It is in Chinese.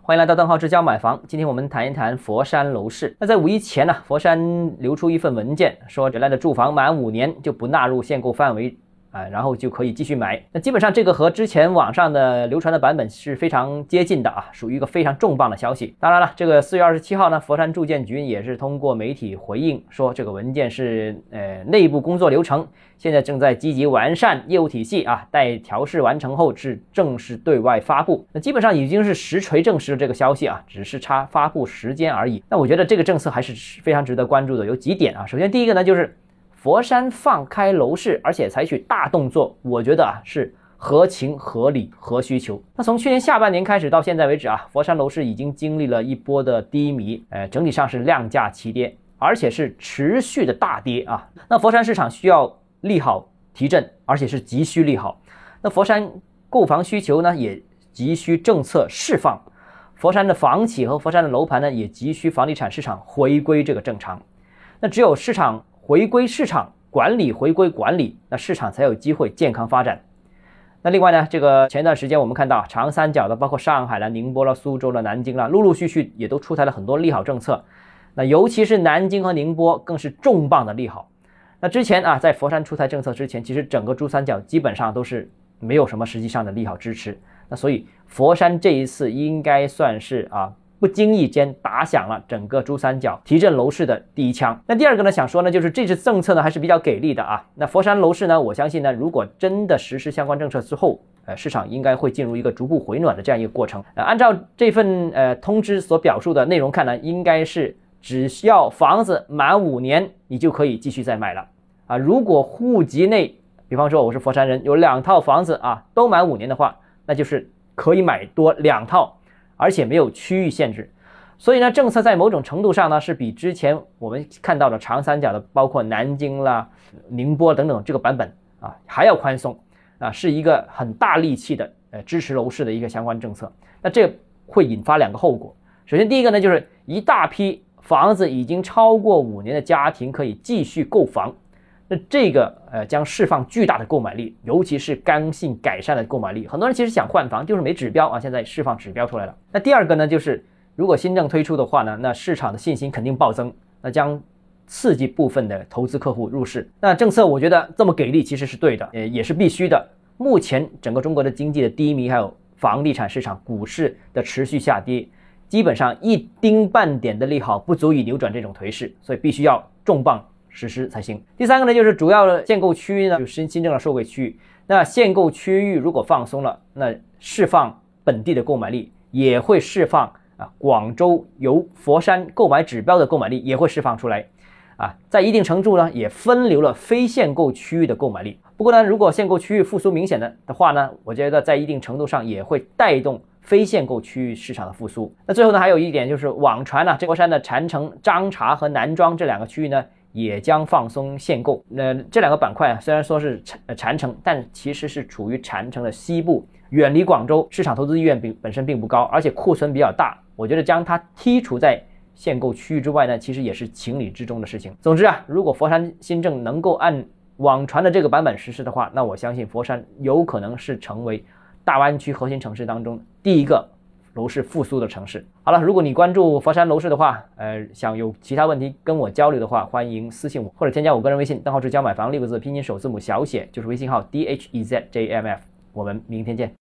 欢迎来到邓浩之家买房。今天我们谈一谈佛山楼市。那在5一前呢，佛山流出一份文件，说原来的住房满5年就不纳入限购范围。然后就可以继续买。那基本上这个和之前网上的流传的版本是非常接近的啊，属于一个非常重磅的消息。当然了，这个4月27号呢，佛山住建局也是通过媒体回应说，这个文件是内部工作流程，现在正在积极完善业务体系啊，待调试完成后是正式对外发布。那基本上已经是实锤证实了这个消息啊，只是差发布时间而已。那我觉得这个政策还是非常值得关注的，有几点啊。首先第一个呢，就是佛山放开楼市，而且采取大动作，我觉得是合情合理合需求。那从去年下半年开始到现在为止啊，佛山楼市已经经历了一波的低迷，整体上是量价齐跌，而且是持续的大跌啊。那佛山市场需要利好提振，而且是急需利好。那佛山购房需求呢，也急需政策释放。佛山的房企和佛山的楼盘呢，也急需房地产市场回归这个正常。那只有市场回归市场，管理回归管理，那市场才有机会健康发展。那另外呢，这个前段时间我们看到长三角的，包括上海了、宁波了、苏州了、南京了，陆陆续续也都出台了很多利好政策。那尤其是南京和宁波更是重磅的利好。那之前啊，在佛山出台政策之前，其实整个珠三角基本上都是没有什么实际上的利好支持。那所以佛山这一次应该算是不经意间打响了整个珠三角提振楼市的第一枪。那第二个呢，想说呢，就是这次政策呢还是比较给力的啊。那佛山楼市呢，我相信呢，如果真的实施相关政策之后，市场应该会进入一个逐步回暖的这样一个过程。按照这份通知所表述的内容看呢，应该是只需要房子满5年，你就可以继续再买了啊。如果户籍内，比方说我是佛山人，有2套房子啊，都满5年的话，那就是可以买多2套。而且没有区域限制，所以呢，政策在某种程度上呢，是比之前我们看到的长三角的，包括南京啦、宁波等等这个版本还要宽松啊，是一个很大力气的支持楼市的一个相关政策。那这会引发2个后果。首先第一个呢，就是一大批房子已经超过5年的家庭可以继续购房。那这个将释放巨大的购买力，尤其是刚性改善的购买力。很多人其实想换房，就是没指标啊，现在释放指标出来了。那第二个呢，就是如果新政推出的话呢，那市场的信心肯定暴增，那将刺激部分的投资客户入市。那政策我觉得这么给力其实是对的，也是必须的。目前整个中国的经济的低迷，还有房地产市场、股市的持续下跌，基本上一丁半点的利好不足以扭转这种颓势，所以必须要重磅实施才行。第三个呢，就是主要的限购区域呢，就新政的售柜区域。那限购区域如果放松了，那释放本地的购买力，也会释放广州由佛山购买指标的购买力也会释放出来在一定程度呢，也分流了非限购区域的购买力。不过呢，如果限购区域复苏明显的话呢，我觉得在一定程度上也会带动非限购区域市场的复苏。那最后呢，还有一点就是网传这佛山的禅城、张槎和南庄这2个区域呢，也将放松限购。这2个板块虽然说是禅城，但其实是处于禅城的西部，远离广州，市场投资意愿本身并不高，而且库存比较大。我觉得将它剔除在限购区域之外呢，其实也是情理之中的事情。总之如果佛山新政能够按网传的这个版本实施的话，那我相信佛山有可能是成为大湾区核心城市当中第一个楼市复苏的城市。好了，如果你关注佛山楼市的话，想有其他问题跟我交流的话，欢迎私信我，或者添加我个人微信邓浩之教买房6个字拼音首字母小写，就是微信号DHEZJMF。我们明天见。